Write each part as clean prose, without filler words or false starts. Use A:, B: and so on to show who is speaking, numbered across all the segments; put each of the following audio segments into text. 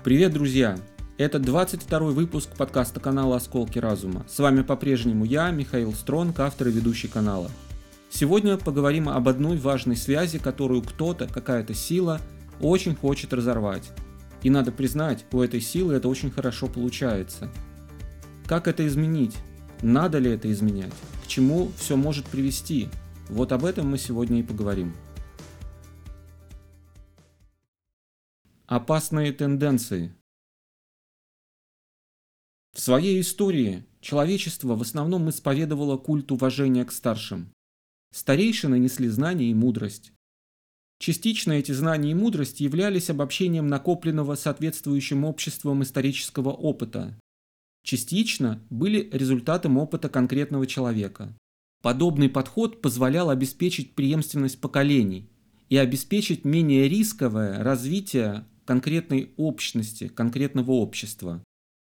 A: Привет, друзья! Это 22-й выпуск подкаста канала «Осколки разума». С вами по-прежнему я, Михаил Стронг, автор и ведущий канала. Сегодня поговорим об одной важной связи, которую кто-то, какая-то сила очень хочет разорвать. И надо признать, у этой силы это очень хорошо получается. Как это изменить? Надо ли это изменять? К чему все может привести? Вот об этом мы сегодня и поговорим. Опасные тенденции. В своей истории человечество в основном исповедовало культ уважения к старшим. Старейшины несли знания и мудрость. Частично эти знания и мудрость являлись обобщением накопленного соответствующим обществом исторического опыта. Частично были результатом опыта конкретного человека. Подобный подход позволял обеспечить преемственность поколений и обеспечить менее рисковое развитие конкретной общности, конкретного общества.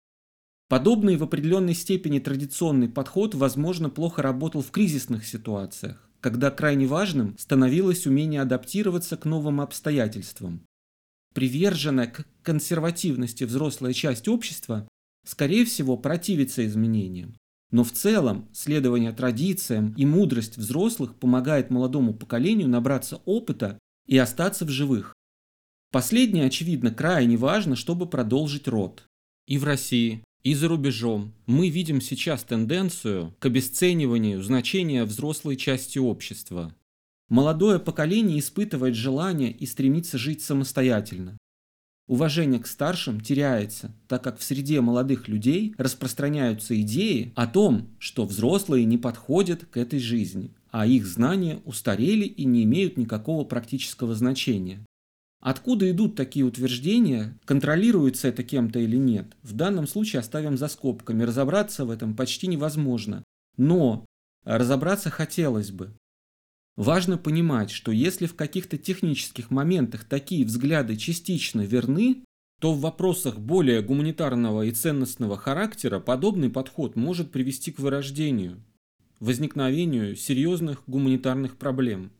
A: Подобный в определенной степени традиционный подход, возможно, плохо работал в кризисных ситуациях, когда крайне важным становилось умение адаптироваться к новым обстоятельствам. Приверженная к консервативности взрослая часть общества, скорее всего, противится изменениям. Но в целом следование традициям и мудрость взрослых помогает молодому поколению набраться опыта и остаться в живых. Последнее, очевидно, крайне важно, чтобы продолжить род. И в России, и за рубежом мы видим сейчас тенденцию к обесцениванию значения взрослой части общества. Молодое поколение испытывает желание и стремится жить самостоятельно. Уважение к старшим теряется, так как в среде молодых людей распространяются идеи о том, что взрослые не подходят к этой жизни, а их знания устарели и не имеют никакого практического значения. Откуда идут такие утверждения, контролируется это кем-то или нет, в данном случае оставим за скобками, разобраться в этом почти невозможно, но разобраться хотелось бы. Важно понимать, что если в каких-то технических моментах такие взгляды частично верны, то в вопросах более гуманитарного и ценностного характера подобный подход может привести к вырождению, возникновению серьезных гуманитарных проблем.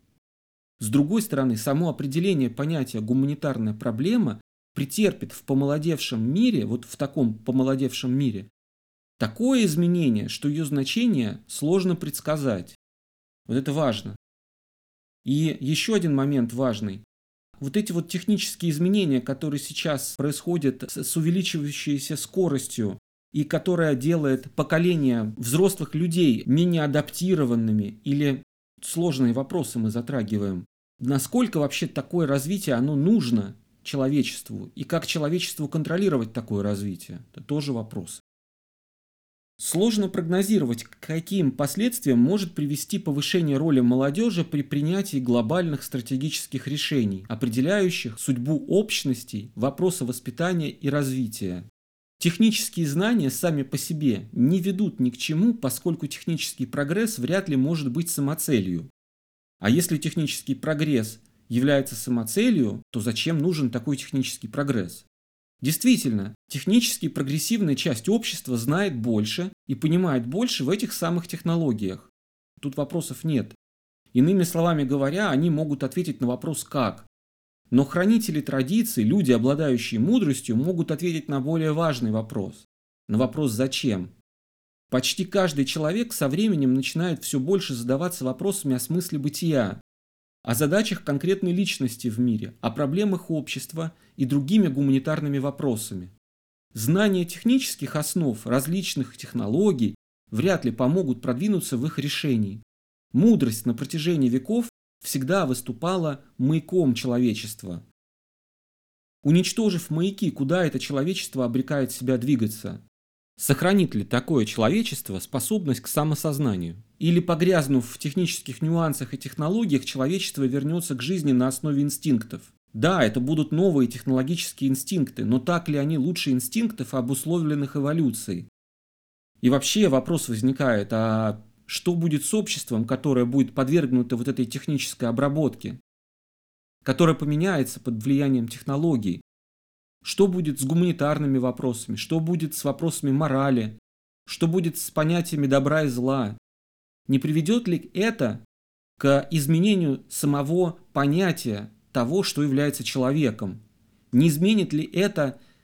A: С другой стороны, само определение понятия «гуманитарная проблема» претерпит в помолодевшем мире, вот в таком помолодевшем мире, такое изменение, что ее значение сложно предсказать. Вот это важно. И еще один момент важный. Вот эти вот технические изменения, которые сейчас происходят с увеличивающейся скоростью и которая делает поколение взрослых людей менее адаптированными, или сложные вопросы мы затрагиваем. Насколько вообще такое развитие, оно нужно человечеству? И как человечеству контролировать такое развитие? Это тоже вопрос. Сложно прогнозировать, к каким последствиям может привести повышение роли молодежи при принятии глобальных стратегических решений, определяющих судьбу общностей, вопросы воспитания и развития. Технические знания сами по себе не ведут ни к чему, поскольку технический прогресс вряд ли может быть самоцелью. А если технический прогресс является самоцелью, то зачем нужен такой технический прогресс? Действительно, технически прогрессивная часть общества знает больше и понимает больше в этих самых технологиях. Тут вопросов нет. Иными словами говоря, они могут ответить на вопрос «как?». Но хранители традиций, люди, обладающие мудростью, могут ответить на более важный вопрос. На вопрос «зачем?». Почти каждый человек со временем начинает все больше задаваться вопросами о смысле бытия, о задачах конкретной личности в мире, о проблемах общества и другими гуманитарными вопросами. Знания технических основ различных технологий вряд ли помогут продвинуться в их решении. Мудрость на протяжении веков всегда выступала маяком человечества. Уничтожив маяки, куда это человечество обрекает себя двигаться? Сохранит ли такое человечество способность к самосознанию? Или, погрязнув в технических нюансах и технологиях, человечество вернется к жизни на основе инстинктов? Да, это будут новые технологические инстинкты, но так ли они лучше инстинктов, обусловленных эволюцией? И вообще вопрос возникает, а что будет с обществом, которое будет подвергнуто вот этой технической обработке, которое поменяется под влиянием технологий? Что будет с гуманитарными вопросами? Что будет с вопросами морали? Что будет с понятиями добра и зла? Не приведет ли это к изменению самого понятия того, что является человеком? Не изменит ли это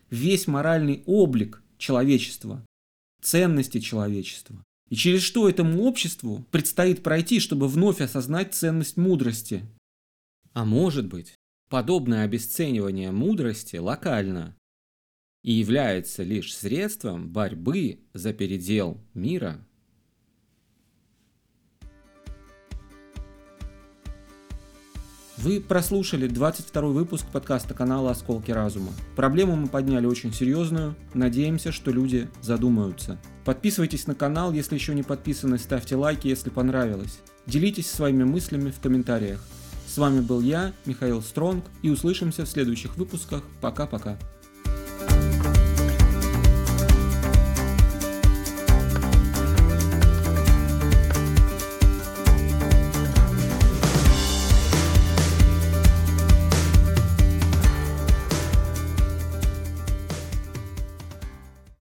A: весь моральный облик человечества, ценности человечества. И через что этому обществу предстоит пройти, чтобы вновь осознать ценность мудрости. А может быть, подобное обесценивание мудрости локально и является лишь средством борьбы за передел мира. Вы прослушали 22-й выпуск подкаста канала «Осколки разума». Проблему мы подняли очень серьезную, надеемся, что люди задумаются. Подписывайтесь на канал, если еще не подписаны, ставьте лайки, если понравилось. Делитесь своими мыслями в комментариях. С вами был я, Михаил Стронг, и услышимся в следующих выпусках. Пока-пока.